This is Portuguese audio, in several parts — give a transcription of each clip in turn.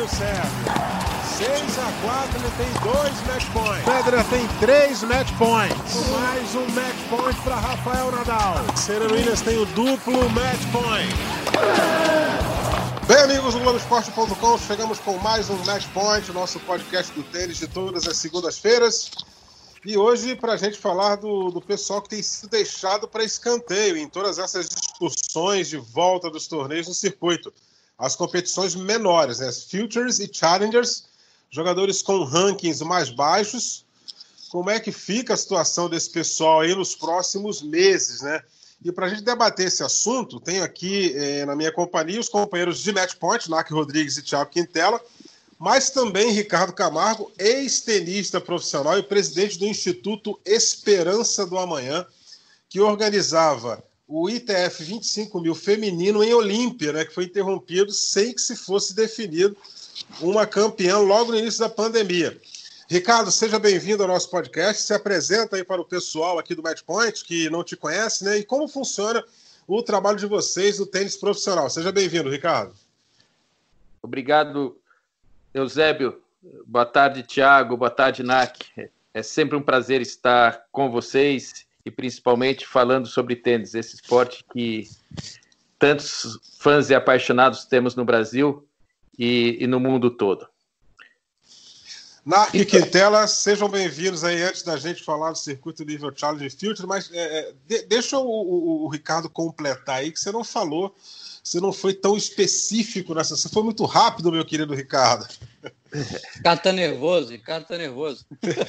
Sérgio. 6-4, ele tem 2 match points. Federer tem 3 match points. Mais um match point para Rafael Nadal. Serena Williams tem o duplo match point. Bem, amigos do Globoesporte.com, chegamos com mais um Match Point, nosso podcast do tênis de todas as segundas-feiras. E hoje, para a gente falar do pessoal que tem sido deixado para escanteio em todas essas discussões de volta dos torneios no circuito. As competições menores, né? As Futures e Challengers, jogadores com rankings mais baixos. Como é que fica a situação desse pessoal aí nos próximos meses, né? E para a gente debater esse assunto, tenho aqui na minha companhia os companheiros de Match Point, Narc Rodrigues e Thiago Quintela, mas também Ricardo Camargo, ex-tenista profissional e presidente do Instituto Esperança do Amanhã, que organizava o ITF 25.000 feminino em Olímpia, né, que foi interrompido sem que se fosse definido uma campeã logo no início da pandemia. Ricardo, seja bem-vindo ao nosso podcast. Se apresenta aí para o pessoal aqui do Match Point, que não te conhece, né? E como funciona o trabalho de vocês no tênis profissional. Seja bem-vindo, Ricardo. Obrigado, Eusébio. Boa tarde, Thiago. Boa tarde, Nac. É sempre um prazer estar com vocês e principalmente falando sobre tênis, esse esporte que tantos fãs e apaixonados temos no Brasil e no mundo todo. Narc e Quintela, sejam bem-vindos aí. Antes da gente falar do circuito nível Challenge Future, mas deixa o Ricardo completar aí, que você não falou, você não foi tão específico nessa. Você foi muito rápido, meu querido Ricardo. Ricardo tá nervoso.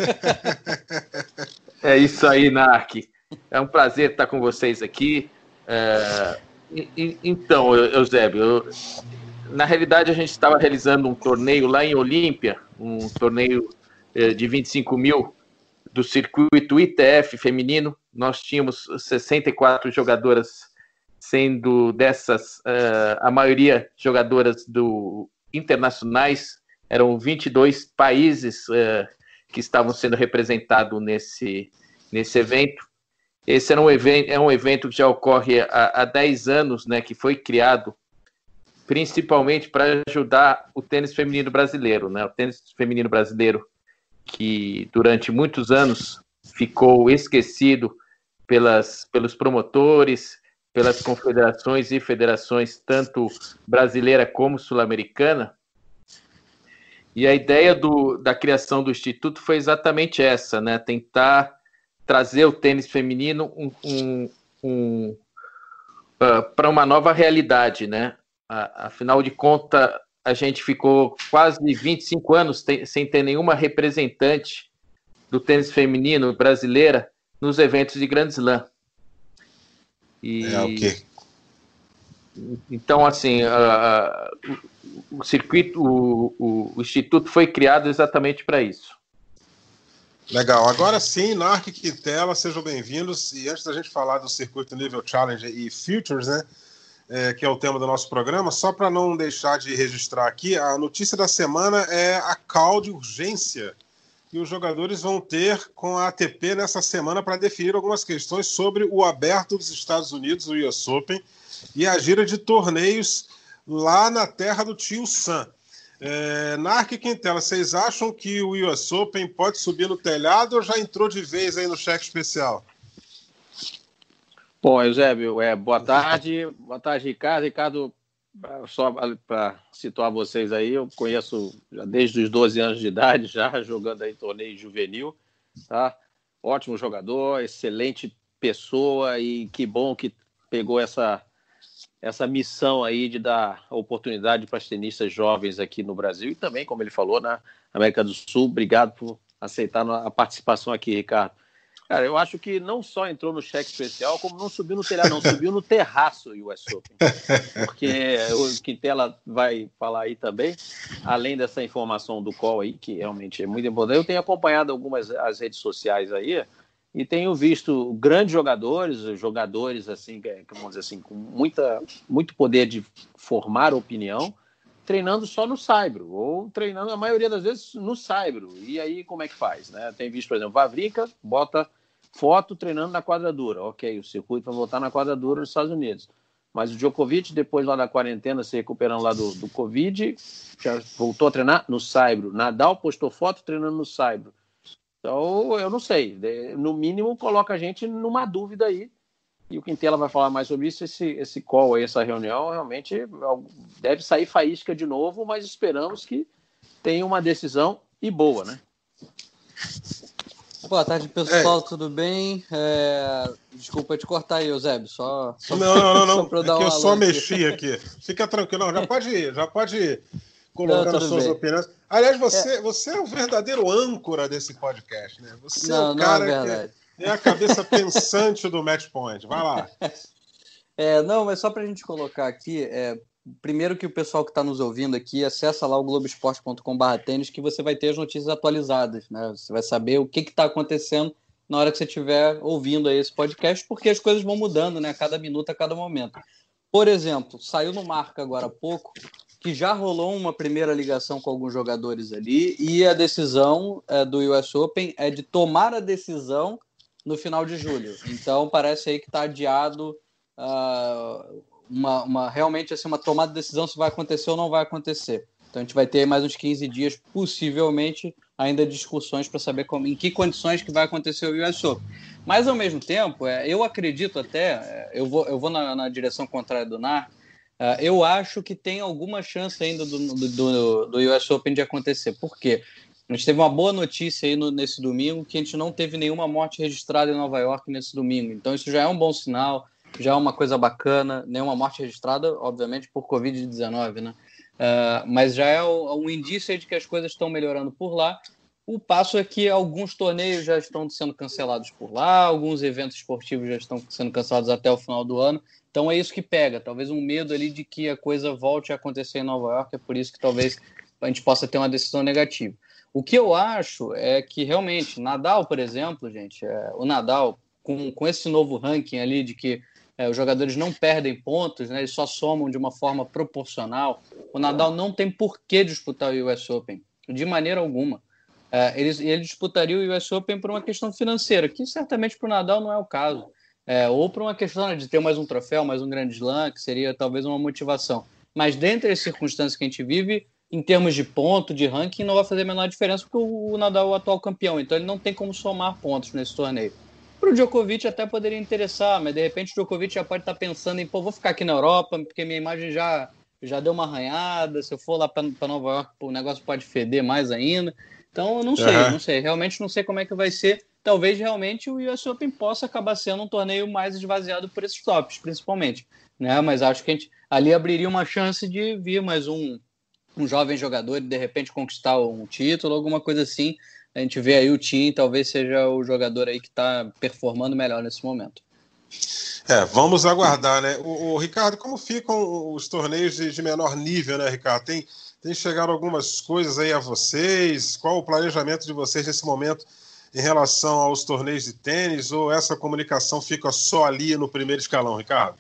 É isso aí, Narc. É um prazer estar com vocês aqui. Então, Eusébio, na realidade, a gente estava realizando um torneio lá em Olímpia, um torneio de 25.000 do circuito ITF feminino. Nós tínhamos 64 jogadoras, sendo dessas, a maioria jogadoras internacionais. Eram 22 países que estavam sendo representados nesse evento. Esse era um evento que já ocorre há 10 anos, né, que foi criado principalmente para ajudar o tênis feminino brasileiro, né? O tênis feminino brasileiro que durante muitos anos ficou esquecido pelos promotores, pelas confederações e federações, tanto brasileira como sul-americana. E a ideia da criação do Instituto foi exatamente essa, né? Tentar trazer o tênis feminino para uma nova realidade, né? Afinal de contas, a gente ficou quase 25 anos sem ter nenhuma representante do tênis feminino brasileira nos eventos de Grand Slam. Ok. Então, assim, o circuito, o Instituto foi criado exatamente para isso. Legal. Agora sim, Narc e Quintela, sejam bem-vindos. E antes da gente falar do circuito nível Challenge e Futures, né? Que é o tema do nosso programa, só para não deixar de registrar aqui, a notícia da semana é a call de urgência que os jogadores vão ter com a ATP nessa semana para definir algumas questões sobre o aberto dos Estados Unidos, o US Open, e a gira de torneios lá na terra do tio Sam. Narc e Quintela, vocês acham que o US Open pode subir no telhado ou já entrou de vez aí no cheque especial? Bom, Eusébio, boa tarde, Ricardo. Ricardo, só para situar vocês aí, eu conheço já desde os 12 anos de idade, já jogando aí torneio juvenil, tá? Ótimo jogador, excelente pessoa e que bom que pegou essa missão aí de dar oportunidade para as tenistas jovens aqui no Brasil e também, como ele falou, na América do Sul. Obrigado por aceitar a participação aqui, Ricardo. Cara, eu acho que não só entrou no cheque especial, como não subiu no telhado, não, subiu no terraço o US Open. Porque o Quintela vai falar aí também, além dessa informação do call aí, que realmente é muito importante. Eu tenho acompanhado as redes sociais aí e tenho visto grandes jogadores assim, vamos dizer assim, com muito poder de formar opinião, treinando só no saibro, ou treinando a maioria das vezes no saibro. E aí como é que faz, né? Tem visto, por exemplo, Wawrinka bota foto treinando na quadradura. Ok, o circuito vai voltar na quadradura nos Estados Unidos. Mas o Djokovic, depois lá da quarentena, se recuperando lá do Covid, já voltou a treinar no Saibro. Nadal postou foto treinando no Saibro. Então, eu não sei. No mínimo, coloca a gente numa dúvida aí. E o Quintela vai falar mais sobre isso. Esse call aí, essa reunião, realmente deve sair faísca de novo, mas esperamos que tenha uma decisão e boa, né? Boa tarde, pessoal, tudo bem? Desculpa te cortar aí, Eusébio, só Não. só pra eu dar é que eu só aqui. mexi aqui. Fica tranquilo, já pode ir colocando as suas bem. opiniões. Aliás, você é o verdadeiro âncora desse podcast, né? Você é o cara que é a cabeça pensante do Match Point. Vai lá. Não, mas só pra gente colocar aqui, primeiro que o pessoal que está nos ouvindo aqui, acessa lá o globesport.com/tênis que você vai ter as notícias atualizadas, né? Você vai saber o que está acontecendo na hora que você estiver ouvindo aí esse podcast, porque as coisas vão mudando, né? A cada minuto, a cada momento. Por exemplo, saiu no Marca agora há pouco que já rolou uma primeira ligação com alguns jogadores ali e a decisão do US Open é de tomar a decisão no final de julho. Então, parece aí que está adiado realmente assim, uma tomada de decisão se vai acontecer ou não vai acontecer. Então a gente vai ter mais uns 15 dias, possivelmente, ainda discussões para saber em que condições que vai acontecer o US Open. Mas, ao mesmo tempo, eu acredito até, eu vou na direção contrária do Nar, eu acho que tem alguma chance ainda do US Open de acontecer. Por quê? A gente teve uma boa notícia aí nesse domingo, que a gente não teve nenhuma morte registrada em Nova York nesse domingo. Então isso já é um bom sinal, já é uma coisa bacana, nenhuma morte registrada, obviamente, por Covid-19, né? Mas já é um indício de que as coisas estão melhorando por lá. O passo é que alguns torneios já estão sendo cancelados por lá, alguns eventos esportivos já estão sendo cancelados até o final do ano. Então é isso que pega, talvez um medo ali de que a coisa volte a acontecer em Nova York, é por isso que talvez a gente possa ter uma decisão negativa. O que eu acho é que realmente, Nadal, por exemplo, gente, o Nadal, com esse novo ranking ali de que os jogadores não perdem pontos, né, eles só somam de uma forma proporcional, o Nadal não tem por que disputar o US Open, de maneira alguma. Ele disputaria o US Open por uma questão financeira, que certamente para o Nadal não é o caso. Ou por uma questão de ter mais um troféu, mais um grande slam, que seria talvez uma motivação. Mas dentre as circunstâncias que a gente vive, em termos de ponto, de ranking, não vai fazer a menor diferença, porque o Nadal é o atual campeão, então ele não tem como somar pontos nesse torneio. Para o Djokovic até poderia interessar, mas de repente o Djokovic já pode estar pensando em, vou ficar aqui na Europa, porque minha imagem já deu uma arranhada, se eu for lá para Nova York, o negócio pode feder mais ainda. Então eu não sei, realmente não sei como é que vai ser. Talvez realmente o US Open possa acabar sendo um torneio mais esvaziado por esses tops, principalmente, né? Mas acho que a gente ali abriria uma chance de vir mais um jovem jogador e de repente conquistar um título, alguma coisa assim. A gente vê aí o Thiem, talvez seja o jogador aí que está performando melhor nesse momento. Vamos aguardar, né? O Ricardo, como ficam os torneios de menor nível, né, Ricardo? Tem chegado algumas coisas aí a vocês? Qual o planejamento de vocês nesse momento em relação aos torneios de tênis? Ou essa comunicação fica só ali no primeiro escalão, Ricardo?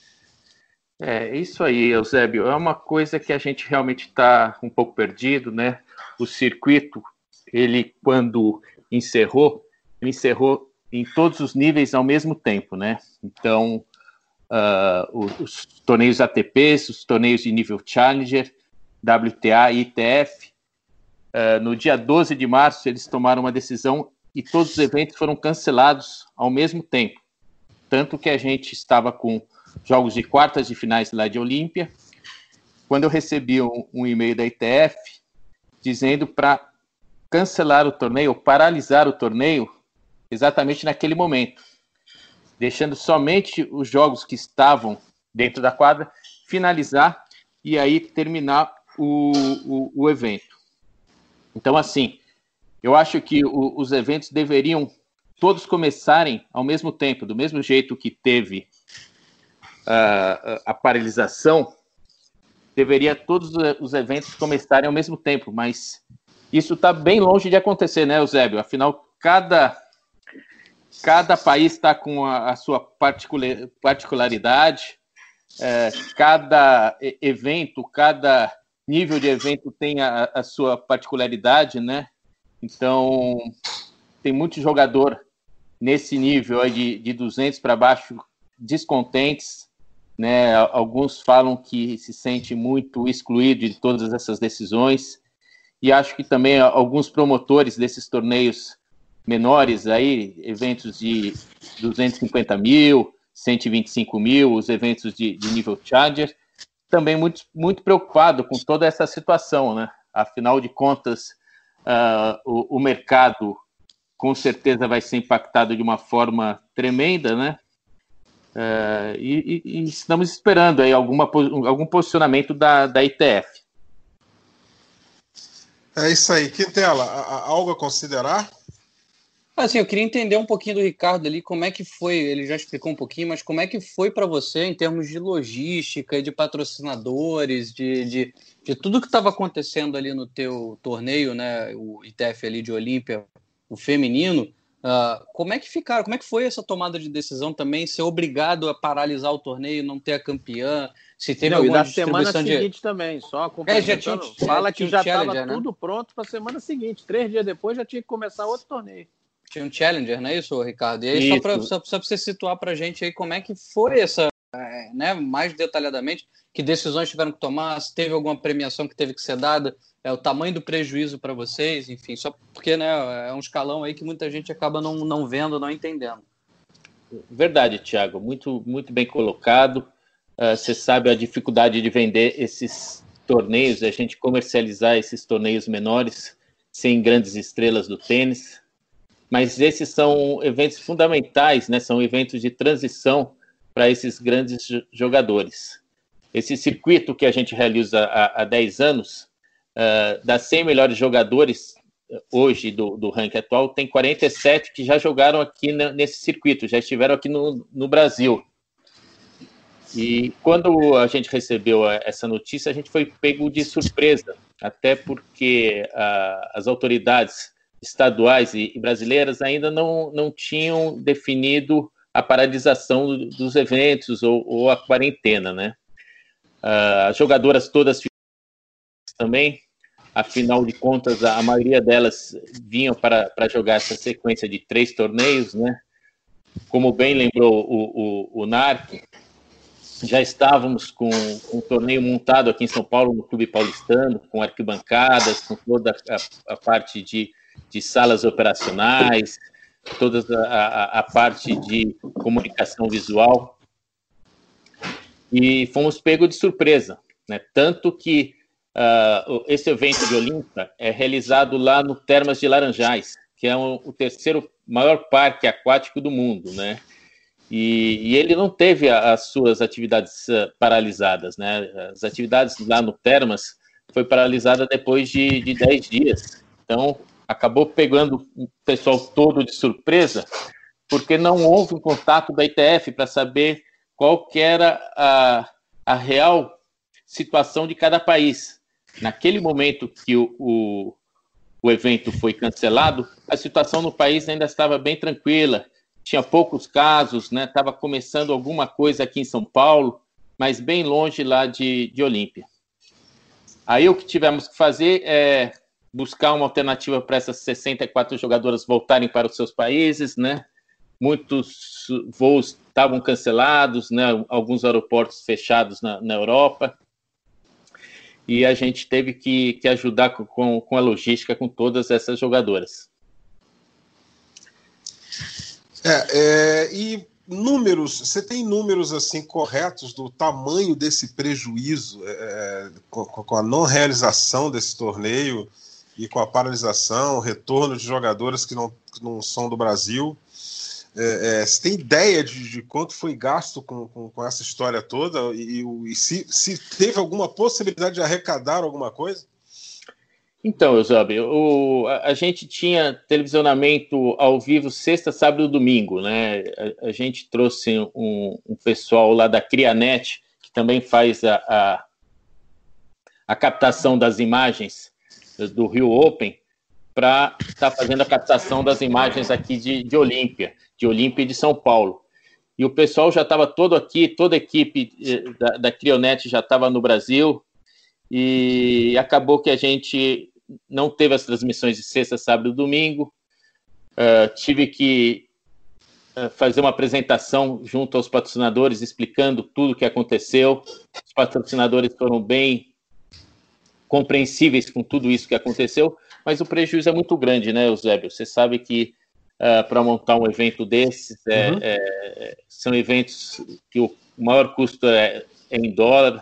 Isso aí, Eusébio. É uma coisa que a gente realmente está um pouco perdido, né? O circuito, ele quando encerrou em todos os níveis ao mesmo tempo, né? Então, os torneios ATPs, os torneios de nível Challenger, WTA e ITF, no dia 12 de março eles tomaram uma decisão e todos os eventos foram cancelados ao mesmo tempo. Tanto que a gente estava com jogos de quartas de finais lá de Olímpia, quando eu recebi um e-mail da ITF dizendo para cancelar o torneio, paralisar o torneio exatamente naquele momento, deixando somente os jogos que estavam dentro da quadra finalizar e aí terminar o evento. Então, assim, eu acho que os eventos deveriam todos começarem ao mesmo tempo, do mesmo jeito que teve a paralisação, deveria todos os eventos começarem ao mesmo tempo, mas isso está bem longe de acontecer, né, Eusébio? Afinal, cada país está com a sua particularidade, cada evento, cada nível de evento tem a sua particularidade, né? Então, tem muito jogador nesse nível aí de 200 para baixo descontentes, né? Alguns falam que se sente muito excluído de todas essas decisões, e acho que também alguns promotores desses torneios menores, aí, eventos de 250 mil, 125 mil, os eventos de nível Challenger, também muito preocupado com toda essa situação, né? Afinal de contas, o mercado com certeza vai ser impactado de uma forma tremenda, né? E estamos esperando aí algum posicionamento da ITF. É isso aí. Quintela, algo a considerar? Assim, eu queria entender um pouquinho do Ricardo ali, como é que foi, ele já explicou um pouquinho, mas como é que foi para você em termos de logística, de patrocinadores, de tudo que estava acontecendo ali no teu torneio, né, o ITF ali de Olímpia, o feminino, como é que foi essa tomada de decisão também, ser obrigado a paralisar o torneio, não ter a campeã, se teve alguma distribuição semana seguinte também, só complementando, fala que já estava tudo pronto para a semana seguinte, 3 dias depois já tinha que começar outro torneio. Tinha um Challenger, não é isso, Ricardo? E aí, só para você situar para a gente aí como é que foi essa, né, mais detalhadamente, que decisões tiveram que tomar, se teve alguma premiação que teve que ser dada, o tamanho do prejuízo para vocês, enfim, só porque, né, é um escalão aí que muita gente acaba não vendo, não entendendo. Verdade, Thiago, muito bem colocado. Você sabe a dificuldade de vender esses torneios, a gente comercializar esses torneios menores sem grandes estrelas do tênis. Mas esses são eventos fundamentais, né? São eventos de transição para esses grandes jogadores. Esse circuito que a gente realiza há 10 anos, das 100 melhores jogadores hoje do ranking atual, tem 47 que já jogaram aqui nesse circuito, já estiveram aqui no Brasil. E quando a gente recebeu essa notícia, a gente foi pego de surpresa, até porque as autoridades estaduais e brasileiras ainda não tinham definido a paralisação dos eventos ou a quarentena, né? As jogadoras todas também, afinal de contas, a maioria delas vinham para jogar essa sequência de 3 torneios, né? Como bem lembrou o NARC, já estávamos com um torneio montado aqui em São Paulo, no Clube Paulistano, com arquibancadas, com toda a parte de salas operacionais, toda a parte de comunicação visual, e fomos pegos de surpresa, né? Tanto que esse evento de Olímpia é realizado lá no Termas de Laranjais, que é o terceiro maior parque aquático do mundo, né? E ele não teve as suas atividades paralisadas, né? As atividades lá no Termas foi paralisada depois de 10 dias. Então, acabou pegando o pessoal todo de surpresa, porque não houve um contato da ITF para saber qual que era a real situação de cada país. Naquele momento que o evento foi cancelado, a situação no país ainda estava bem tranquila, tinha poucos casos, né? Estava começando alguma coisa aqui em São Paulo, mas bem longe lá de Olímpia. Aí o que tivemos que fazer é buscar uma alternativa para essas 64 jogadoras voltarem para os seus países, né? Muitos voos estavam cancelados, né? Alguns aeroportos fechados na Europa, e a gente teve que ajudar com a logística com todas essas jogadoras. E números, você tem números assim corretos do tamanho desse prejuízo com a não realização desse torneio e com a paralisação, o retorno de jogadoras que não são do Brasil? Você tem ideia de quanto foi gasto com essa história toda e se teve alguma possibilidade de arrecadar alguma coisa? Então, Eusébio, a gente tinha televisionamento ao vivo sexta, sábado e domingo, né? A gente trouxe um pessoal lá da Crianet, que também faz a captação das imagens do Rio Open, para estar fazendo a captação das imagens aqui de Olímpia e de São Paulo. E o pessoal já estava todo aqui, toda a equipe da Crionet já estava no Brasil, e acabou que a gente não teve as transmissões de sexta, sábado e domingo. Tive que fazer uma apresentação junto aos patrocinadores, explicando tudo o que aconteceu. Os patrocinadores foram bem compreensíveis com tudo isso que aconteceu, mas o prejuízo é muito grande, né, Eusébio? Você sabe que para montar um evento desses, são eventos que o maior custo é em dólar,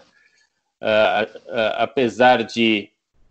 apesar de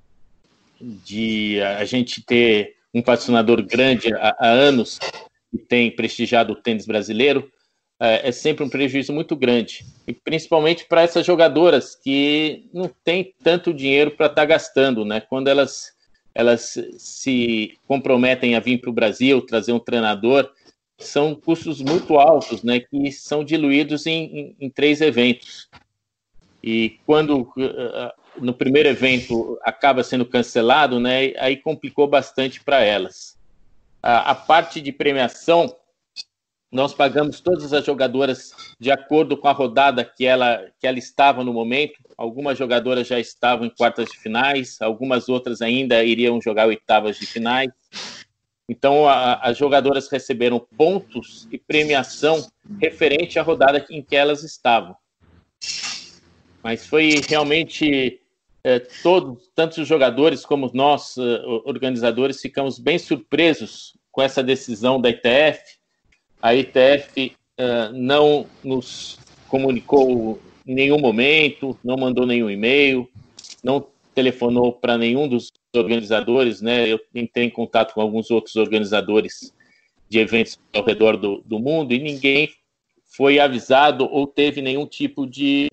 a gente ter um patrocinador grande há anos, que tem prestigiado o tênis brasileiro, é sempre um prejuízo muito grande. E principalmente para essas jogadoras que não têm tanto dinheiro para estar gastando, né? Quando elas se comprometem a vir para o Brasil, trazer um treinador, são custos muito altos, né? Que são diluídos em 3 eventos. E quando no primeiro evento acaba sendo cancelado, né? Aí complicou bastante para elas. A parte de premiação, nós pagamos todas as jogadoras de acordo com a rodada que ela estava no momento. Algumas jogadoras já estavam em quartas de finais, algumas outras ainda iriam jogar oitavas de finais. Então, as jogadoras receberam pontos e premiação referente à rodada em que elas estavam. Mas foi realmente tanto os jogadores como nós, organizadores, ficamos bem surpresos com essa decisão da ITF. A ITF não nos comunicou em nenhum momento, não mandou nenhum e-mail, não telefonou para nenhum dos organizadores, né? Eu entrei em contato com alguns outros organizadores de eventos ao redor do mundo e ninguém foi avisado ou teve nenhum tipo de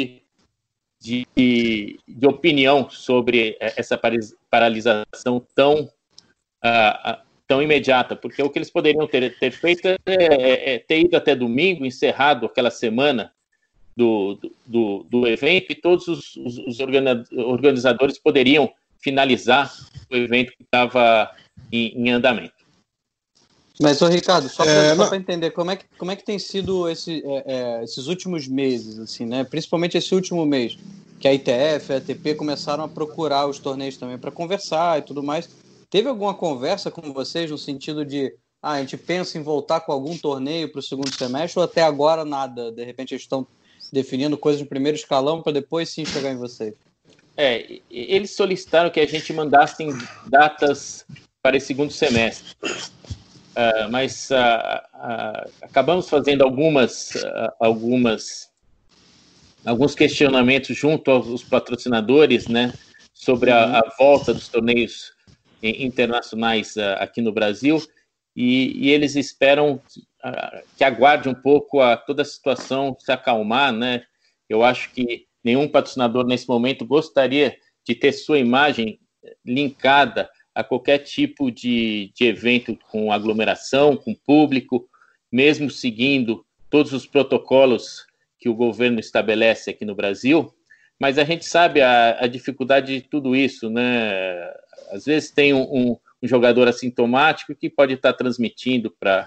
opinião sobre essa paralisação tão imediata, porque o que eles poderiam ter feito é ter ido até domingo, encerrado aquela semana do evento, e todos os organizadores poderiam finalizar o evento que estava em andamento. Mas, Ricardo, só para entender, como é que tem sido esses últimos meses, assim, né? Principalmente esse último mês, que a ITF, a ATP começaram a procurar os torneios também para conversar e tudo mais. Teve alguma conversa com vocês no sentido de a gente pensa em voltar com algum torneio para o segundo semestre, ou até agora nada? De repente eles estão definindo coisas no primeiro escalão para depois sim chegar em vocês? Eles solicitaram que a gente mandasse datas para esse segundo semestre. Mas acabamos fazendo alguns questionamentos junto aos patrocinadores, né, sobre a volta dos torneios internacionais aqui no Brasil, e eles esperam que aguarde um pouco toda a situação se acalmar, né? Eu acho que nenhum patrocinador nesse momento gostaria de ter sua imagem linkada a qualquer tipo de evento com aglomeração, com público, mesmo seguindo todos os protocolos que o governo estabelece aqui no Brasil. Mas a gente sabe a dificuldade de tudo isso, né? Às vezes tem um jogador assintomático que pode estar transmitindo para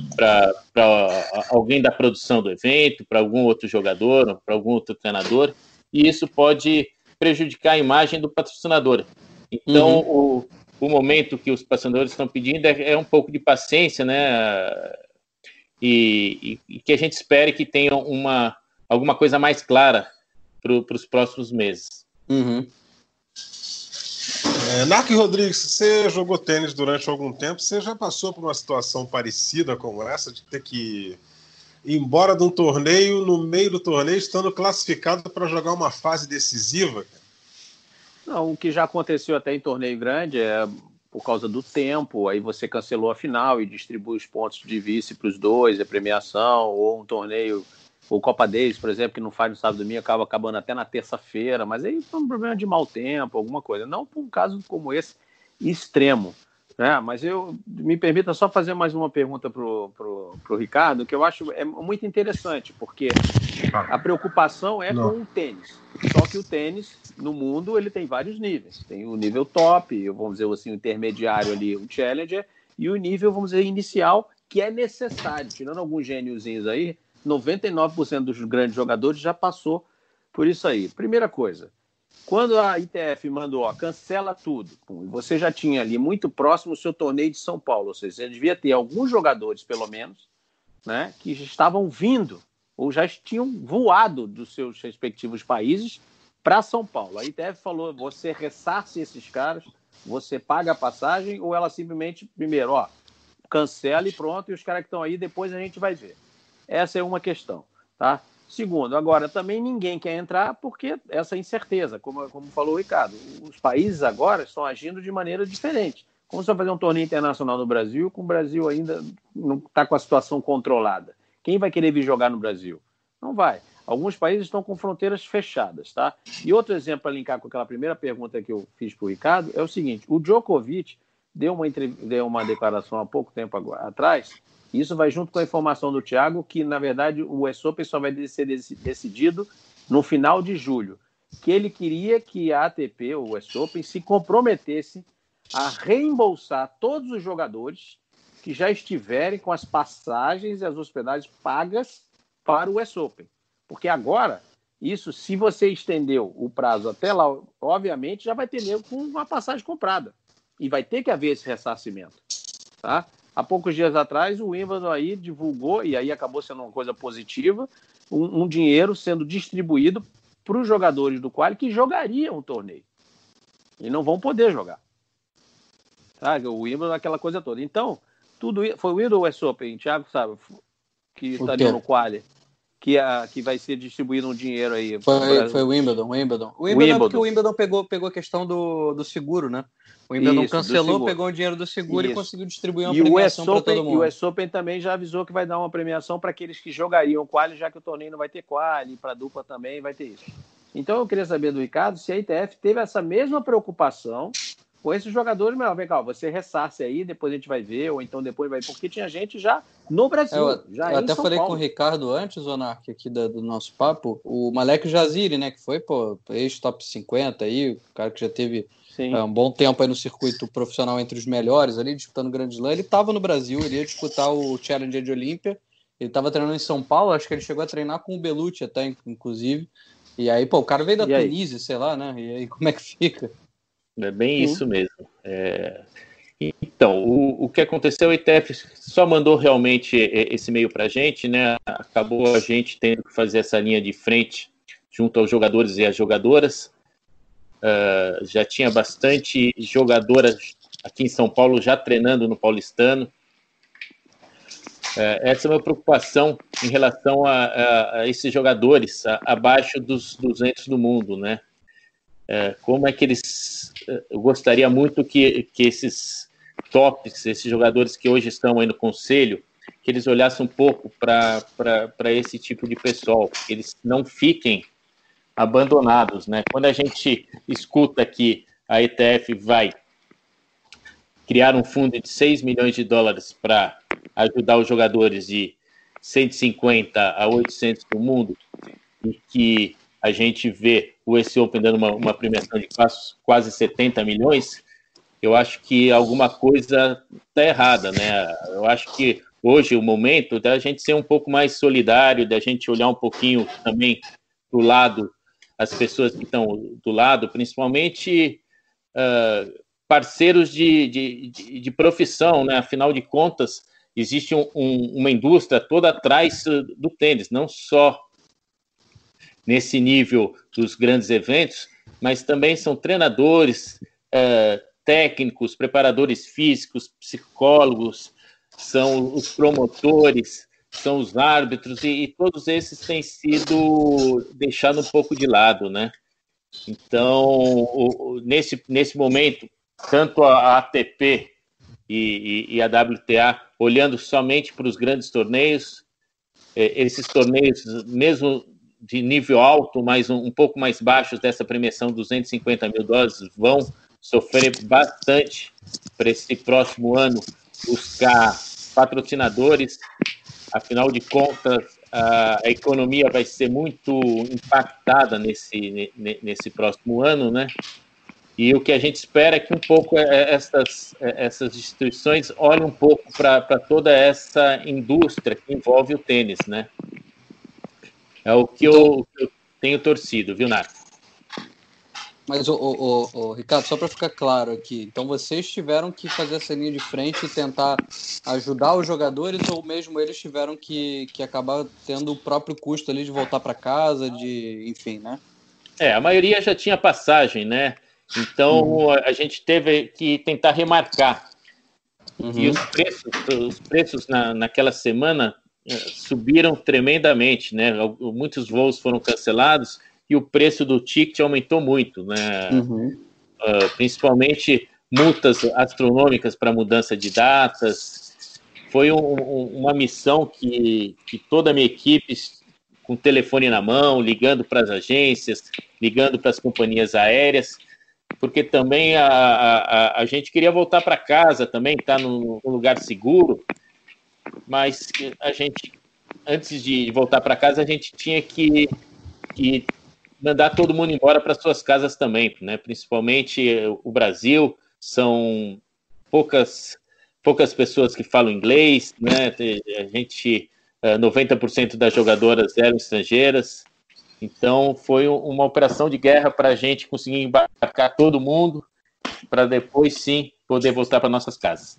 alguém da produção do evento, para algum outro jogador, para algum outro treinador, e isso pode prejudicar a imagem do patrocinador. Então, o momento que os patrocinadores estão pedindo é um pouco de paciência, né? E que a gente espere que tenha alguma coisa mais clara para os próximos meses. Narc Rodrigues, você jogou tênis durante algum tempo, você já passou por uma situação parecida com essa, de ter que ir embora de um torneio, no meio do torneio, estando classificado para jogar uma fase decisiva? Não, o que já aconteceu até em torneio grande é por causa do tempo, aí você cancelou a final e distribui os pontos de vice para os dois, a premiação, ou um torneio, ou Copa Davis, por exemplo, que não faz no sábado e domingo, acaba acabando até na terça-feira, mas aí foi um problema de mau tempo, alguma coisa. Não por um caso como esse, extremo. Né? Mas me permita só fazer mais uma pergunta pro Ricardo, que eu acho muito interessante, porque a preocupação é com o tênis. Só que o tênis, no mundo, ele tem vários níveis. Tem o nível top, vamos dizer assim, o intermediário ali, o challenger, e o nível, vamos dizer, inicial, que é necessário. Tirando alguns gêniozinhos aí, 99% dos grandes jogadores já passou por isso aí. Primeira coisa, quando a ITF mandou, cancela tudo, você já tinha ali muito próximo o seu torneio de São Paulo, ou seja, você devia ter alguns jogadores, pelo menos, né, que estavam vindo ou já tinham voado dos seus respectivos países para São Paulo. A ITF falou, você ressarce esses caras, você paga a passagem, ou ela simplesmente, primeiro, cancela e pronto, e os caras que estão aí, depois a gente vai ver. Essa é uma questão, tá? Segundo, agora, também ninguém quer entrar porque essa incerteza, como falou o Ricardo, os países agora estão agindo de maneira diferente. Como você vai fazer um torneio internacional no Brasil, com o Brasil ainda não está com a situação controlada? Quem vai querer vir jogar no Brasil? Não vai. Alguns países estão com fronteiras fechadas, tá? E outro exemplo para linkar com aquela primeira pergunta que eu fiz para o Ricardo é o seguinte, o Djokovic deu uma declaração há pouco tempo atrás, e isso vai junto com a informação do Thiago, que, na verdade, o US Open só vai ser decidido no final de julho, que ele queria que a ATP, o US Open, se comprometesse a reembolsar todos os jogadores que já estiverem com as passagens e as hospedagens pagas para o US Open. Porque agora, isso, se você estendeu o prazo até lá, obviamente já vai ter nego com uma passagem comprada. E vai ter que haver esse ressarcimento. Tá? Há poucos dias atrás, o Wimbledon aí divulgou, e aí acabou sendo uma coisa positiva, um dinheiro sendo distribuído para os jogadores do quali que jogariam o torneio. E não vão poder jogar. Tá? O Wimbledon, aquela coisa toda. Então, tudo isso, foi o Wimbledon ou o US Open, Thiago sabe, que estaria no quali, que vai ser distribuído um dinheiro aí. Foi o Wimbledon. O Wimbledon é porque o Wimbledon pegou a questão do seguro, né? O Wimbledon cancelou, pegou o dinheiro do seguro e conseguiu distribuir uma premiação para todo mundo. E o US Open também já avisou que vai dar uma premiação para aqueles que jogariam quali, já que o torneio não vai ter quali, para a dupla também vai ter isso. Então eu queria saber do Ricardo se a ITF teve essa mesma preocupação com esses jogadores, mas vem cá, você ressarce aí, depois a gente vai ver, ou então depois vai, porque tinha gente já no Brasil, eu até falei com o Ricardo antes, Zonark, aqui do nosso papo, o Malek Jaziri, né, que foi, ex-top 50 aí, o cara que já teve um bom tempo aí no circuito profissional entre os melhores ali, disputando o Grand Slam, ele estava no Brasil, ele ia disputar o Challenger de Olímpia, ele estava treinando em São Paulo, acho que ele chegou a treinar com o Belucci até, inclusive, e aí, o cara veio da Tunísia, sei lá, né, e aí como é que fica? É bem isso mesmo. Então, o que aconteceu, o ITF só mandou realmente esse e-mail para a gente, né? Acabou a gente tendo que fazer essa linha de frente junto aos jogadores e às jogadoras. Já tinha bastante jogadoras aqui em São Paulo já treinando no Paulistano. Essa é uma preocupação em relação a esses jogadores abaixo dos 200 do mundo, né? Como é que eles... Eu gostaria muito que esses tops, esses jogadores que hoje estão aí no conselho, que eles olhassem um pouco para esse tipo de pessoal, que eles não fiquem abandonados, né? Quando a gente escuta que a ITF vai criar um fundo de $6 milhões para ajudar os jogadores de 150 a 800 do mundo, e que a gente vê o US Open dando uma premiação de quase 70 milhões, eu acho que alguma coisa está errada, né? Eu acho que hoje o momento da gente ser um pouco mais solidário, da gente olhar um pouquinho também do lado, as pessoas que estão do lado, principalmente parceiros de profissão, né? Afinal de contas, existe uma indústria toda atrás do tênis, não só nesse nível dos grandes eventos, mas também são treinadores, técnicos, preparadores físicos, psicólogos, são os promotores, são os árbitros, e todos esses têm sido deixados um pouco de lado, né? Então, nesse momento, tanto a ATP e a WTA olhando somente para os grandes torneios, esses torneios, mesmo de nível alto, mas um pouco mais baixos dessa premiação, $250 mil, vão sofrer bastante para esse próximo ano, buscar patrocinadores. Afinal de contas, a economia vai ser muito impactada nesse próximo ano, né? E o que a gente espera é que um pouco essas instituições olhem um pouco para toda essa indústria que envolve o tênis, né? É o que eu tenho torcido, viu, Nath? Mas, Ricardo, só para ficar claro aqui, então vocês tiveram que fazer essa linha de frente e tentar ajudar os jogadores, ou mesmo eles tiveram que acabar tendo o próprio custo ali de voltar para casa, enfim, né? A maioria já tinha passagem, né? Então a gente teve que tentar remarcar. E os preços naquela semana subiram tremendamente, né? Muitos voos foram cancelados e o preço do ticket aumentou muito, né? Principalmente multas astronômicas para mudança de datas. Foi uma missão que toda a minha equipe, com o telefone na mão, ligando para as agências, ligando para as companhias aéreas, porque também a gente queria voltar para casa também, estar num lugar seguro, mas a gente, antes de voltar para casa, a gente tinha que mandar todo mundo embora para suas casas também, né? Principalmente o Brasil, são poucas pessoas que falam inglês, né? A gente, 90% das jogadoras eram estrangeiras, então foi uma operação de guerra para a gente conseguir embarcar todo mundo, para depois sim poder voltar para nossas casas.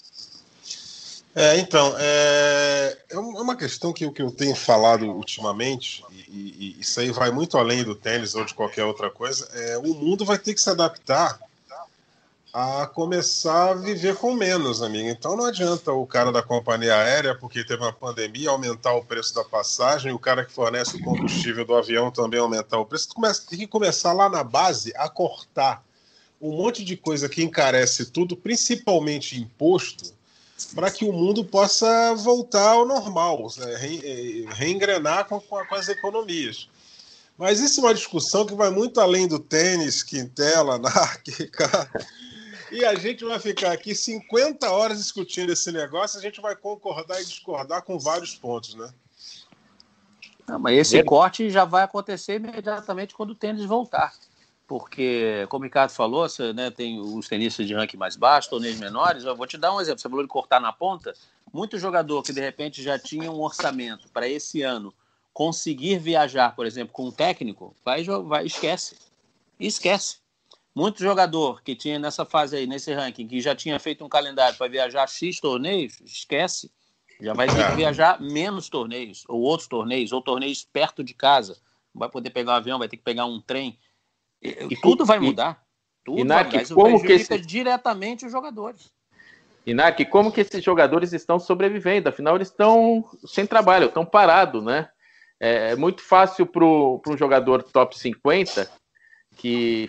Então, é uma questão que eu tenho falado ultimamente, e isso aí vai muito além do tênis ou de qualquer outra coisa, o mundo vai ter que se adaptar a começar a viver com menos, amigo. Então não adianta o cara da companhia aérea, porque teve uma pandemia, aumentar o preço da passagem, e o cara que fornece o combustível do avião também aumentar o preço. Tem que começar lá na base a cortar um monte de coisa que encarece tudo, principalmente imposto, para que o mundo possa voltar ao normal, reengrenar com as economias. Mas isso é uma discussão que vai muito além do tênis, Quintela, NARC, cara. E a gente vai ficar aqui 50 horas discutindo esse negócio, a gente vai concordar e discordar com vários pontos, né? Não, mas esse corte já vai acontecer imediatamente quando o tênis voltar. Porque, como o Ricardo falou, você, né, tem os tenistas de ranking mais baixo, torneios menores. Eu vou te dar um exemplo. Você falou de cortar na ponta. Muito jogador que, de repente, já tinha um orçamento para esse ano conseguir viajar, por exemplo, com um técnico, esquece. Muito jogador que tinha nessa fase aí, nesse ranking, que já tinha feito um calendário para viajar X torneios, esquece. Já vai ter que viajar menos torneios, ou outros torneios, ou torneios perto de casa. Não vai poder pegar um avião, vai ter que pegar um trem. E tudo vai mudar. Tudo vai mudar. Isso prejudica diretamente os jogadores. Inak, como que esses jogadores estão sobrevivendo? Afinal, eles estão sem trabalho, estão parados, né? É muito fácil para um jogador top 50 que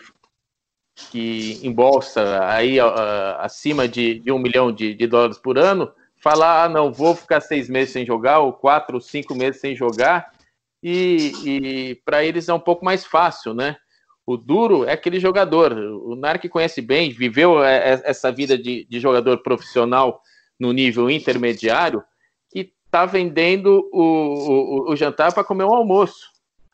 embolsa aí acima de $1 milhão de dólares por ano, falar, não, vou ficar 6 meses sem jogar, ou 4 ou 5 meses sem jogar, e para eles é um pouco mais fácil, né? O duro é aquele jogador. O NARC conhece bem, viveu essa vida de jogador profissional no nível intermediário, que está vendendo o jantar para comer um almoço.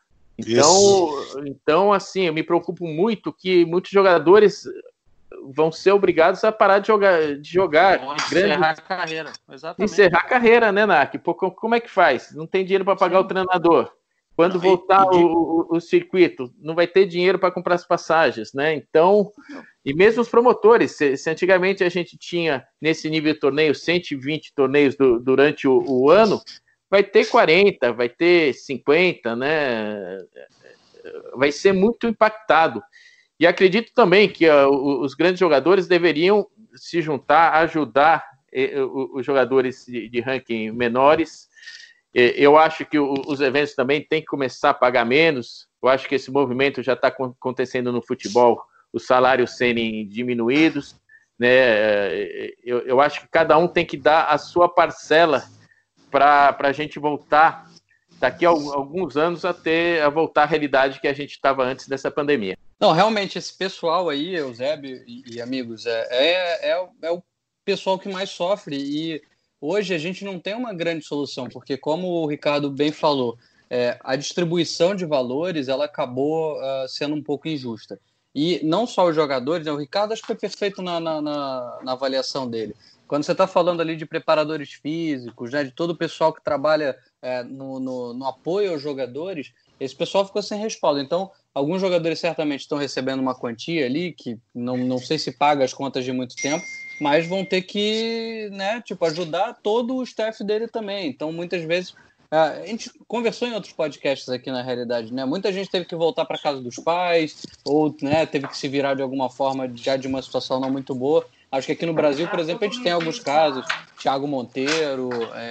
Então, assim, eu me preocupo muito que muitos jogadores vão ser obrigados a parar de jogar. Vão encerrar a carreira. Exatamente. Encerrar a carreira, né, NARC? Pô, como é que faz? Não tem dinheiro para pagar o treinador. Quando voltar o circuito, não vai ter dinheiro para comprar as passagens, né? Então, e mesmo os promotores, se antigamente a gente tinha, nesse nível de torneio, 120 torneios durante o ano, vai ter 40, vai ter 50, né? Vai ser muito impactado. E acredito também que os grandes jogadores deveriam se juntar, ajudar os jogadores de ranking menores. Eu acho que os eventos também têm que começar a pagar menos. Eu acho que esse movimento já está acontecendo no futebol, os salários serem diminuídos, né? Eu acho que cada um tem que dar a sua parcela para a gente voltar, daqui a alguns anos, a voltar à realidade que a gente estava antes dessa pandemia. Não, realmente, esse pessoal aí, Eusébio e amigos, é o pessoal que mais sofre, e hoje a gente não tem uma grande solução, porque como o Ricardo bem falou, a distribuição de valores ela acabou sendo um pouco injusta. E não só os jogadores, né? O Ricardo acho que foi perfeito na avaliação dele. Quando você está falando ali de preparadores físicos, né, de todo o pessoal que trabalha no apoio aos jogadores, esse pessoal ficou sem respaldo. Então, Alguns jogadores certamente estão recebendo uma quantia ali, que não sei se paga as contas de muito tempo, mas vão ter que, né, tipo, ajudar todo o staff dele também. Então, muitas vezes, a gente conversou em outros podcasts aqui, na realidade, né? Muita gente teve que voltar para casa dos pais, ou, né, teve que se virar de alguma forma já de uma situação não muito boa. Acho que aqui no Brasil, por exemplo, a gente tem alguns casos, Thiago Monteiro,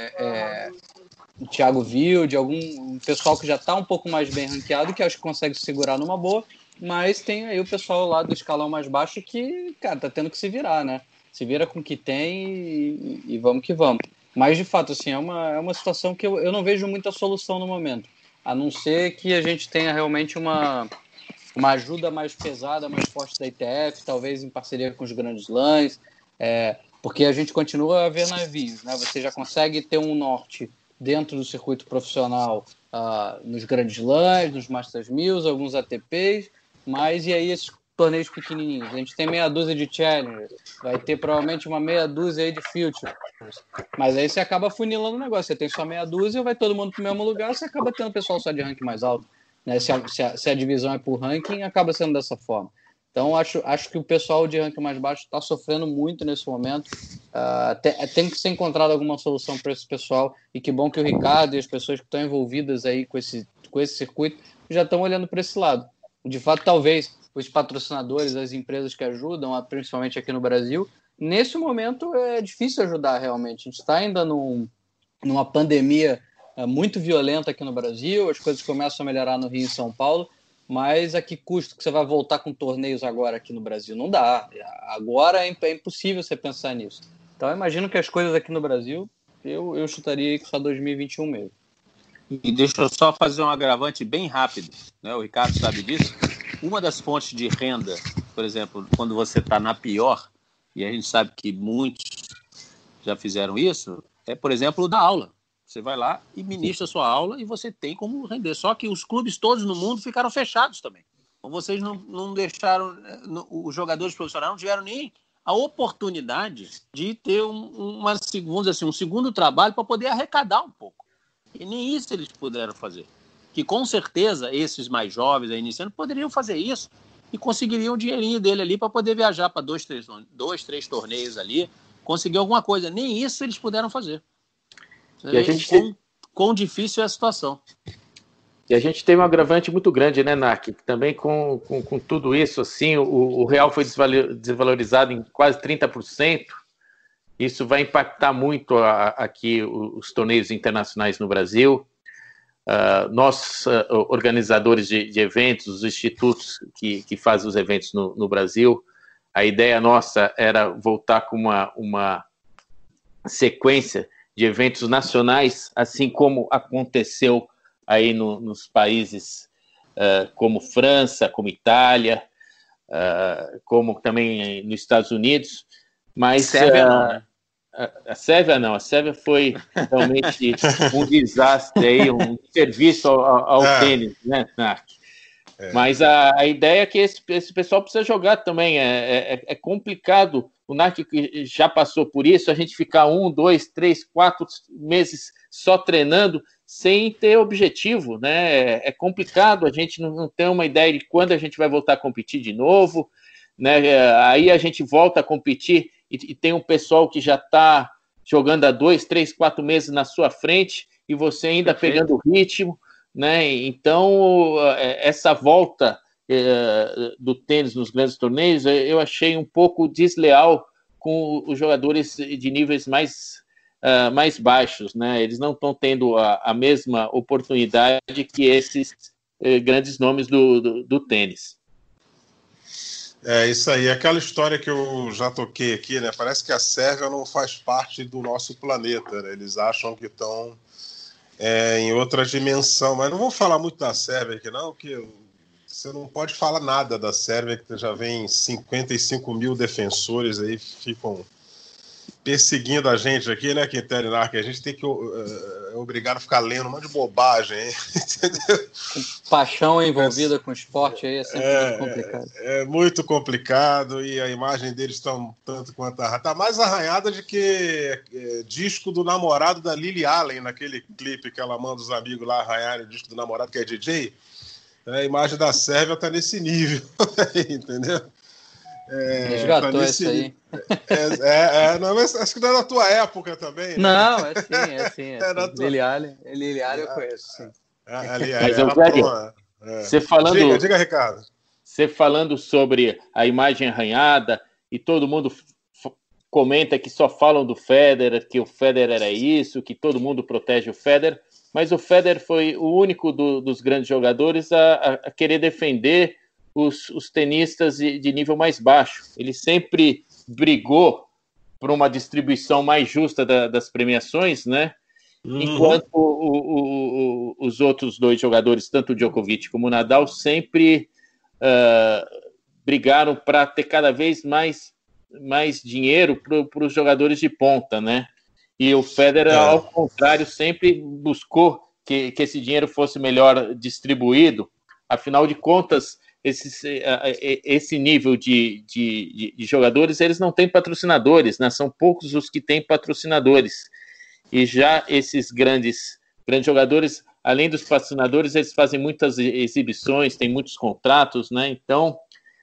Thiago Wilde, algum pessoal que já está um pouco mais bem ranqueado, que acho que consegue se segurar numa boa, mas tem aí o pessoal lá do escalão mais baixo que, cara, tá tendo que se virar, né? Se vira com o que tem e vamos que vamos. Mas, de fato, assim, é uma situação que eu não vejo muita solução no momento, a não ser que a gente tenha realmente uma ajuda mais pesada, mais forte da ITF, talvez em parceria com os grandes lãs, porque a gente continua a ver navios, né? Você já consegue ter um norte dentro do circuito profissional, nos grandes lãs, nos Masters 1000, alguns ATPs, mas e aí esses torneios pequenininhos? A gente tem meia dúzia de Challenger, vai ter provavelmente uma meia dúzia aí de Futures, mas aí você acaba funilando o negócio, você tem só meia dúzia, vai todo mundo pro mesmo lugar, você acaba tendo pessoal só de ranking mais alto, né? Se a divisão é por ranking, acaba sendo dessa forma. Então, acho que o pessoal de ranking mais baixo está sofrendo muito nesse momento. Tem que ser encontrada alguma solução para esse pessoal. E que bom que o Ricardo e as pessoas que estão envolvidas aí com esse circuito já estão olhando para esse lado. De fato, talvez os patrocinadores, as empresas que ajudam, principalmente aqui no Brasil, nesse momento é difícil ajudar realmente. A gente está ainda numa pandemia muito violenta aqui no Brasil, as coisas começam a melhorar no Rio e São Paulo, mas a que custo que você vai voltar com torneios agora aqui no Brasil? Não dá. Agora é impossível você pensar nisso. Então, eu imagino que as coisas aqui no Brasil, eu chutaria que só 2021 mesmo. E deixa eu só fazer um agravante bem rápido, né? O Ricardo sabe disso. Uma das fontes de renda, por exemplo, quando você está na pior, e a gente sabe que muitos já fizeram isso, é, por exemplo, o da aula. Você vai lá e ministra a sua aula e você tem como render. Só que os clubes todos no mundo ficaram fechados também. Então vocês não deixaram, os jogadores profissionais não tiveram nem a oportunidade de ter vamos dizer assim, um segundo trabalho para poder arrecadar um pouco. E nem isso eles puderam fazer. Que com certeza esses mais jovens, iniciando, poderiam fazer isso e conseguiriam o dinheirinho dele ali para poder viajar para 2, 3 torneios ali, conseguir alguma coisa. Nem isso eles puderam fazer. E a gente quão difícil é a situação. E a gente tem um agravante muito grande, né, Narc? Também com tudo isso, assim, o real foi desvalorizado em quase 30%. Isso vai impactar muito aqui os torneios internacionais no Brasil. Nós, organizadores de eventos, os institutos que fazem os eventos no Brasil, a ideia nossa era voltar com uma sequência de eventos nacionais, assim como aconteceu aí nos países como França, como Itália, como também nos Estados Unidos. Mas Sérvia não, né? A Sérvia foi realmente um desastre, aí, um serviço ao tênis, né, Narc? Mas a ideia é que esse pessoal precisa jogar também. É complicado. O Narc já passou por isso, a gente ficar 1, 2, 3, 4 meses só treinando sem ter objetivo, né? É complicado, a gente não tem uma ideia de quando a gente vai voltar a competir de novo, né? Aí a gente volta a competir e tem um pessoal que já está jogando há 2, 3, 4 meses na sua frente e você ainda pegando o ritmo, né? Então, essa volta do tênis nos grandes torneios, eu achei um pouco desleal com os jogadores de níveis mais baixos, né? Eles não estão tendo a mesma oportunidade que esses grandes nomes do tênis. Isso aí, aquela história que eu já toquei aqui, né? Parece que a Sérvia não faz parte do nosso planeta, né? Eles acham que estão em outra dimensão, mas não vou falar muito da Sérvia aqui não, porque você não pode falar nada da Sérvia, que já vem 55 mil defensores aí, ficam perseguindo a gente aqui, né, Quintero e Narc? A gente tem que obrigado a ficar lendo um monte de bobagem, hein? Entendeu? Paixão envolvida com esporte aí é sempre muito complicado. É muito complicado e a imagem deles está um tanto quanto tá mais arranhada de que disco do namorado da Lily Allen, naquele clipe que ela manda os amigos lá arranharem o disco do namorado, que é DJ. A imagem da Sérvia está nesse nível, entendeu? Resgatou tá isso aí. Não, mas acho que não é da tua época também, né? Não, é sim. Lily Alli eu conheço, sim. Mas, Eusébio, você falando... Diga, Ricardo. Você falando sobre a imagem arranhada, e todo mundo comenta que só falam do Federer, que o Federer é isso, que todo mundo protege o Federer, mas o Federer foi o único dos grandes jogadores a querer defender os tenistas de nível mais baixo. Ele sempre brigou por uma distribuição mais justa das premiações, né? Enquanto os outros dois jogadores, tanto o Djokovic como o Nadal, sempre brigaram para ter cada vez mais dinheiro para os jogadores de ponta, né? E o Federer, ao contrário, sempre buscou que esse dinheiro fosse melhor distribuído. Afinal de contas, esse nível de jogadores, eles não têm patrocinadores, né? São poucos os que têm patrocinadores. E já esses grandes jogadores, além dos patrocinadores, eles fazem muitas exibições, têm muitos contratos, né? Então,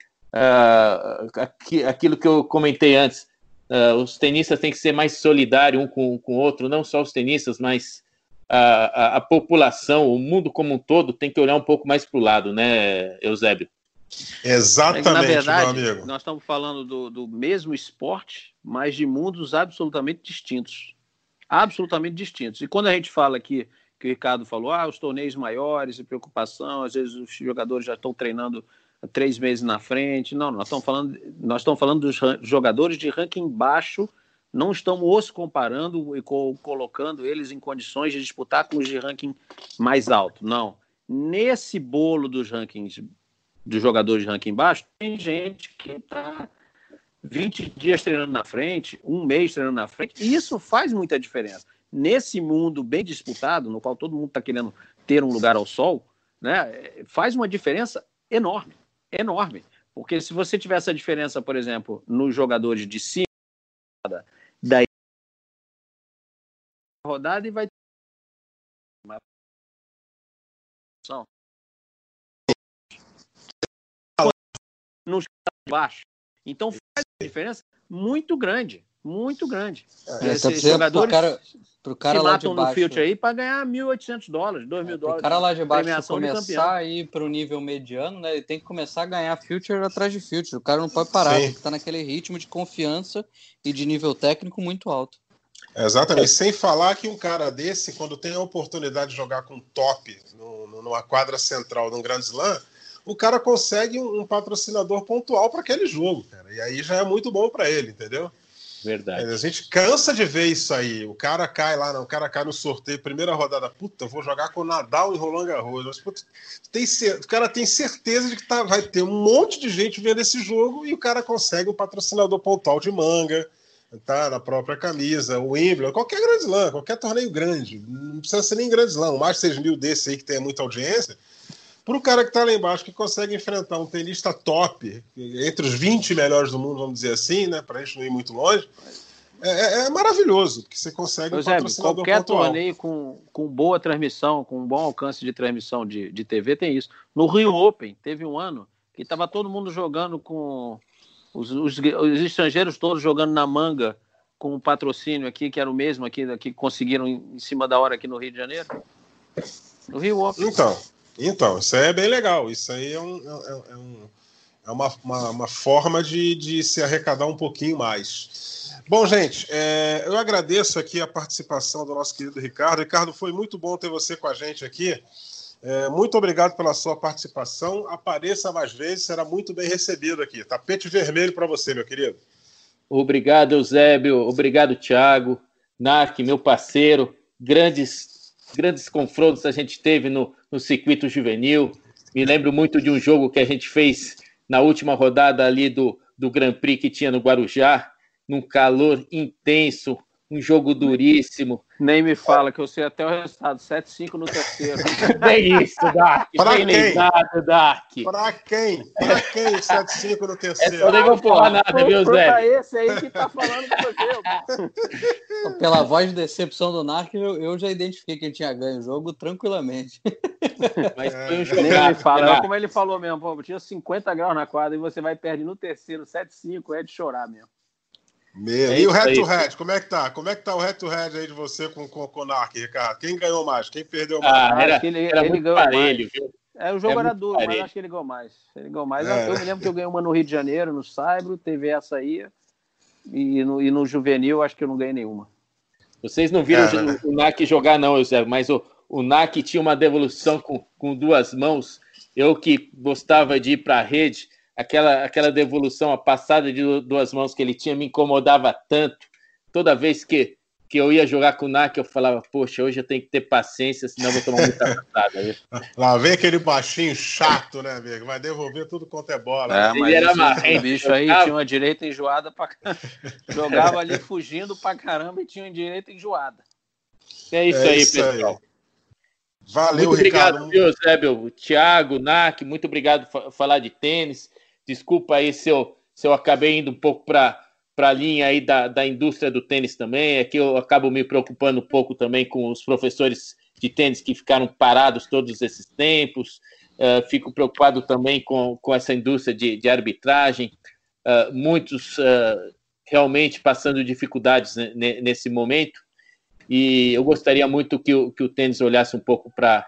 aquilo que eu comentei antes, os tenistas têm que ser mais solidários um com o outro, não só os tenistas, mas a população, o mundo como um todo, tem que olhar um pouco mais para o lado, né, Eusébio? Exatamente, na verdade, meu amigo. Nós estamos falando do mesmo esporte, mas de mundos absolutamente distintos. Absolutamente distintos. E quando a gente fala aqui, que o Ricardo falou, os torneios maiores, a preocupação, às vezes os jogadores já estão treinando 3 meses na frente. Não, nós estamos falando dos jogadores de ranking baixo, não estamos os comparando e colocando eles em condições de disputar com os de ranking mais alto. Não. Nesse bolo dos rankings, dos jogadores de ranking baixo, tem gente que está 20 dias treinando na frente, 1 mês treinando na frente, e isso faz muita diferença. Nesse mundo bem disputado, no qual todo mundo está querendo ter um lugar ao sol, né, faz uma diferença enorme, enorme. Porque se você tiver essa diferença, por exemplo, nos jogadores de cima, daí rodada e vai ter uma nos baixos. Então faz uma diferença muito grande, muito grande. Esses jogadores pro cara se lá matam de baixo, no field aí para ganhar $1.800, $2.000. O cara lá de baixo premiação começar a ir para o nível mediano, né? Ele tem que começar a ganhar future atrás de future. O cara não pode parar, tem que estar naquele ritmo de confiança e de nível técnico muito alto. Exatamente. Sem falar que um cara desse, quando tem a oportunidade de jogar com top numa quadra central de um Grand Slam, o cara consegue um patrocinador pontual para aquele jogo, cara. E aí já é muito bom para ele, entendeu? Verdade. A gente cansa de ver isso aí. O cara cai no sorteio, primeira rodada. Puta, vou jogar com o Nadal e Roland Garros. Mas, puta, o cara tem certeza de que vai ter um monte de gente vendo esse jogo e o cara consegue um patrocinador pontual de manga, tá? Na própria camisa, o Wimbledon, qualquer Grand Slam, qualquer torneio grande. Não precisa ser nem Grand Slam. Um mais de 6 mil desse aí que tem muita audiência. Para o cara que está lá embaixo, que consegue enfrentar um tenista top, entre os 20 melhores do mundo, vamos dizer assim, né, para a gente não ir muito longe, é maravilhoso, porque você consegue um patrocinador qualquer pontual. Torneio com boa transmissão, com bom alcance de transmissão de TV tem isso. No Rio Open, teve um ano que estava todo mundo jogando com os estrangeiros todos jogando na manga, com um patrocínio aqui, que era o mesmo aqui que conseguiram em cima da hora aqui no Rio de Janeiro. No Rio Open. Então, isso aí é bem legal. Isso aí é uma forma de se arrecadar um pouquinho mais. Bom, gente, eu agradeço aqui a participação do nosso querido Ricardo. Ricardo, foi muito bom ter você com a gente aqui. Muito obrigado pela sua participação. Apareça mais vezes, será muito bem recebido aqui. Tapete vermelho para você, meu querido. Obrigado, Eusébio. Obrigado, Thiago. Narc, meu parceiro. Grandes confrontos a gente teve no circuito juvenil. Me lembro muito de um jogo que a gente fez na última rodada ali do Grand Prix que tinha no Guarujá, num calor intenso, um jogo duríssimo. Nem me fala, que eu sei até o resultado, 7-5 no terceiro. Bem isso, Dark. Bem lembrado, Dark. Pra quem? 7-5 no terceiro? Eu nem vou falar nada, viu, Zé? Esse aí que tá falando com você. Pela voz de decepção do Narc, eu já identifiquei que ele tinha ganho o jogo tranquilamente. Mas foi um Nem me jogaço. fala. É como ele falou mesmo, pô, tinha 50 graus na quadra e você vai perder no terceiro, 7-5, é de chorar mesmo. E o head-to-head, como é que tá? Como é que tá o head-to-head aí de você com o Konark, Ricardo? Quem ganhou mais? Quem perdeu mais? Acho que ele muito parelho, viu? O jogo era duro, parelho. mas acho que ele ganhou mais. Eu me lembro que eu ganhei uma no Rio de Janeiro, no Saibro, teve essa aí. E no Juvenil, acho que eu não ganhei nenhuma. Vocês não viram o NAC jogar, não, Eusébio, mas o NAC tinha uma devolução com duas mãos. Eu que gostava de ir para a rede, aquela devolução, a passada de duas mãos que ele tinha, me incomodava tanto. Toda vez que eu ia jogar com o NAC, eu falava, poxa, hoje eu tenho que ter paciência, senão eu vou tomar muita passada. Lá vem aquele baixinho chato, né, amigo? Vai devolver tudo quanto é bola. Mas ele era marrento. O bicho aí tinha uma direita enjoada pra caramba. Jogava ali fugindo pra caramba e tinha uma direita enjoada. É isso aí, pessoal. Valeu, muito Ricardo. Obrigado, viu, Eusébio, Thiago, NAC, muito obrigado por falar de tênis. Desculpa aí se eu acabei indo um pouco para a linha aí da indústria do tênis também. É que eu acabo me preocupando um pouco também com os professores de tênis que ficaram parados todos esses tempos. Fico preocupado também com essa indústria de arbitragem. Muitos realmente passando dificuldades nesse momento. E eu gostaria muito que o tênis olhasse um pouco para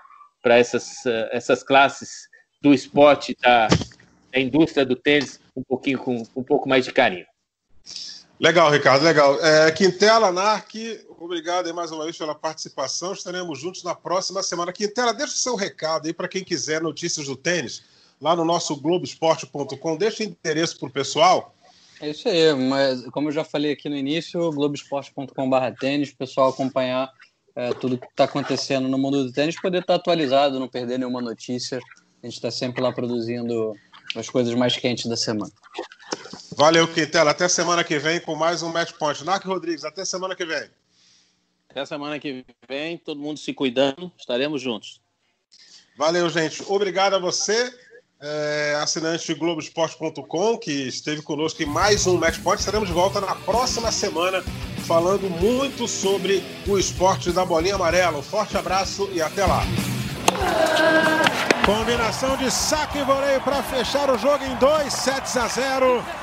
essas classes do esporte, da indústria do tênis, com um pouco mais de carinho. Legal, Ricardo, legal. Quintela, NARC, obrigado aí mais uma vez pela participação. Estaremos juntos na próxima semana. Quintela, deixa o seu recado aí para quem quiser notícias do tênis, lá no nosso Globoesporte.com. Deixa o endereço para o pessoal. É isso aí, mas como eu já falei aqui no início, globoesporte.com/tênis, o pessoal acompanhar tudo que está acontecendo no mundo do tênis, poder estar atualizado, não perder nenhuma notícia. A gente está sempre lá produzindo as coisas mais quentes da semana. Valeu, Quintela. Até semana que vem com mais um Match Point. NAC Rodrigues, até semana que vem. Até semana que vem, todo mundo se cuidando, estaremos juntos. Valeu, gente. Obrigado a você, assinante Globoesporte.com, que esteve conosco em mais um Match Point. Estaremos de volta na próxima semana, falando muito sobre o esporte da bolinha amarela. Um forte abraço e até lá. Combinação de saque e voleio para fechar o jogo em 2 sets a 0.